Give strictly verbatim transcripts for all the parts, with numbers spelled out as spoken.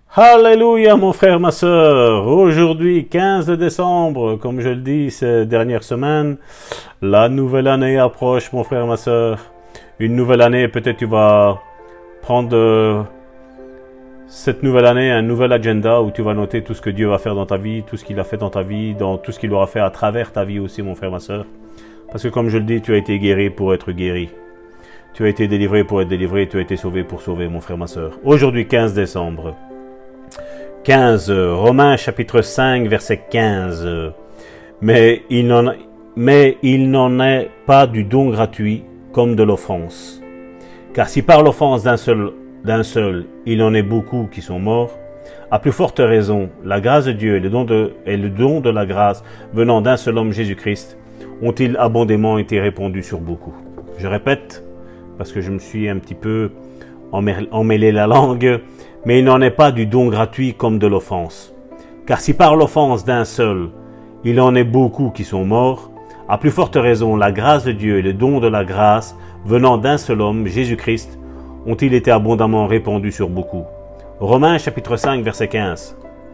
Alléluia mon frère, ma sœur. Aujourd'hui, quinze décembre, comme je le dis ces dernières semaines, la nouvelle année approche mon frère, ma sœur. Une nouvelle année, peut-être tu vas prendre euh, cette nouvelle année un nouvel agenda où tu vas noter tout ce que Dieu va faire dans ta vie, tout ce qu'il a fait dans ta vie, dans tout ce qu'il aura fait à travers ta vie aussi mon frère, ma sœur. Parce que comme je le dis, tu as été guéri pour être guéri. Tu as été délivré pour être délivré, tu as été sauvé pour sauver mon frère, ma sœur. Aujourd'hui, quinze décembre. quinze, Romains chapitre cinq, verset quinze. Mais il n'en, mais il n'en est pas du don gratuit comme de l'offense. Car si par l'offense d'un seul, d'un seul, il en est beaucoup qui sont morts, à plus forte raison, la grâce de Dieu et le don de, et le don de la grâce venant d'un seul homme, Jésus-Christ, ont-ils abondamment été répandus sur beaucoup. Je répète, parce que je me suis un petit peu emmêlé la langue, mais il n'en est pas du don gratuit comme de l'offense. Car si par l'offense d'un seul, il en est beaucoup qui sont morts, à plus forte raison, la grâce de Dieu et le don de la grâce venant d'un seul homme, Jésus-Christ, ont-ils été abondamment répandus sur beaucoup. Romains chapitre cinq, verset quinze.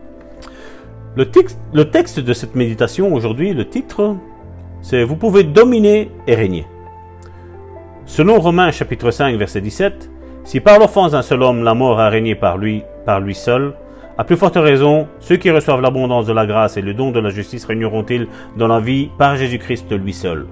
Le texte, le texte de cette méditation aujourd'hui, le titre, c'est « Vous pouvez dominer et régner ». Selon Romains chapitre cinq, verset dix-sept, si par l'offense d'un seul homme la mort a régné par lui, par lui seul, à plus forte raison, ceux qui reçoivent l'abondance de la grâce et le don de la justice régneront-ils dans la vie par Jésus-Christ lui seul.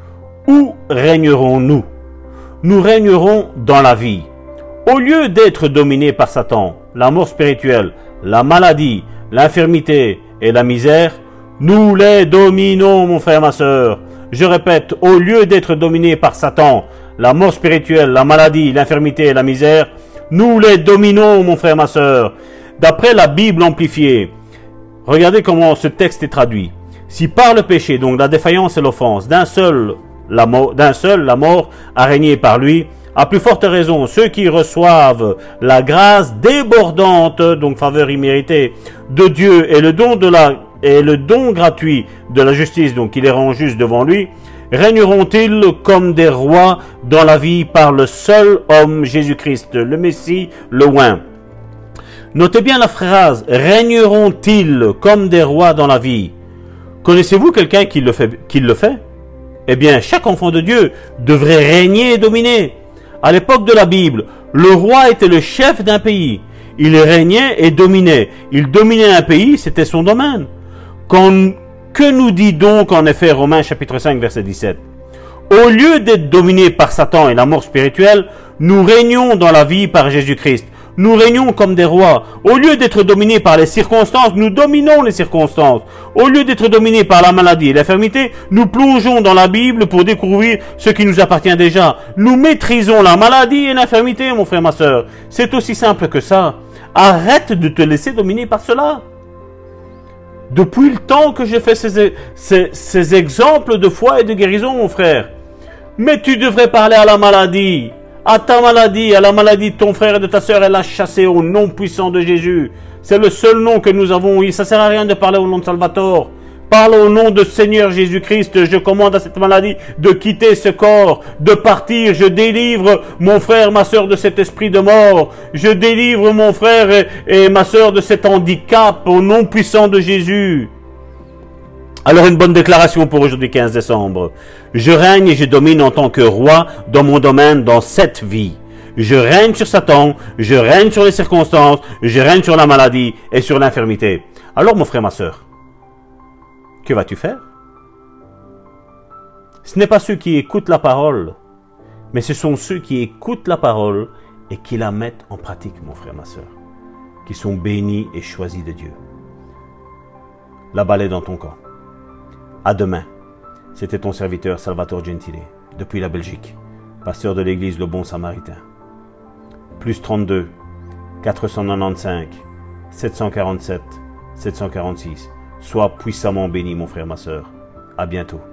Où régnerons-nous? Nous régnerons dans la vie. Au lieu d'être dominés par Satan, la mort spirituelle, la maladie, l'infirmité et la misère, nous les dominons, mon frère, ma sœur. Je répète, au lieu d'être dominés par Satan, la mort spirituelle, la maladie, l'infirmité et la misère, nous les dominons, mon frère, ma sœur. D'après la Bible amplifiée, regardez comment ce texte est traduit. Si par le péché, donc la défaillance et l'offense, d'un seul, la mort, d'un seul, la mort a régné par lui, à plus forte raison, ceux qui reçoivent la grâce débordante, donc faveur imméritée, de Dieu et le don de la, et le don gratuit de la justice, donc qui les rend justes devant lui, régneront-ils comme des rois dans la vie par le seul homme Jésus-Christ, le Messie, le oint. Notez bien la phrase, régneront-ils comme des rois dans la vie. Connaissez-vous quelqu'un qui le fait, qui le fait? Eh bien, chaque enfant de Dieu devrait régner et dominer. À l'époque de la Bible, le roi était le chef d'un pays. Il régnait et dominait. Il dominait un pays, c'était son domaine. Quand Que nous dit donc en effet Romains chapitre cinq verset dix-sept? Au lieu d'être dominés par Satan et la mort spirituelle, nous régnons dans la vie par Jésus-Christ. Nous régnons comme des rois. Au lieu d'être dominés par les circonstances, nous dominons les circonstances. Au lieu d'être dominés par la maladie et l'infirmité, nous plongeons dans la Bible pour découvrir ce qui nous appartient déjà. Nous maîtrisons la maladie et l'infirmité, mon frère, ma sœur. C'est aussi simple que ça. Arrête de te laisser dominer par cela. Depuis le temps que j'ai fait ces, ces, ces exemples de foi et de guérison, mon frère. Mais tu devrais parler à la maladie, à ta maladie, à la maladie de ton frère et de ta sœur, et la chasser au nom puissant de Jésus. C'est le seul nom que nous avons. Ça ne sert à rien de parler au nom de Salvatore. Parle au nom de Seigneur Jésus-Christ. Je commande à cette maladie de quitter ce corps, de partir. Je délivre mon frère, ma sœur de cet esprit de mort. Je délivre mon frère et, et ma sœur de cet handicap au nom puissant de Jésus. Alors une bonne déclaration pour aujourd'hui quinze décembre. Je règne et je domine en tant que roi dans mon domaine, dans cette vie. Je règne sur Satan, je règne sur les circonstances, je règne sur la maladie et sur l'infirmité. Alors mon frère, ma sœur, que vas-tu faire? Ce n'est pas ceux qui écoutent la parole, mais ce sont ceux qui écoutent la parole et qui la mettent en pratique, mon frère, ma sœur, qui sont bénis et choisis de Dieu. La balle est dans ton camp. À demain. C'était ton serviteur Salvatore Gentile, depuis la Belgique, pasteur de l'église Le Bon Samaritain. Plus trente-deux, quatre cent quatre-vingt-quinze, sept cent quarante-sept, sept cent quarante-six. Sois puissamment béni, mon frère, ma sœur. À bientôt.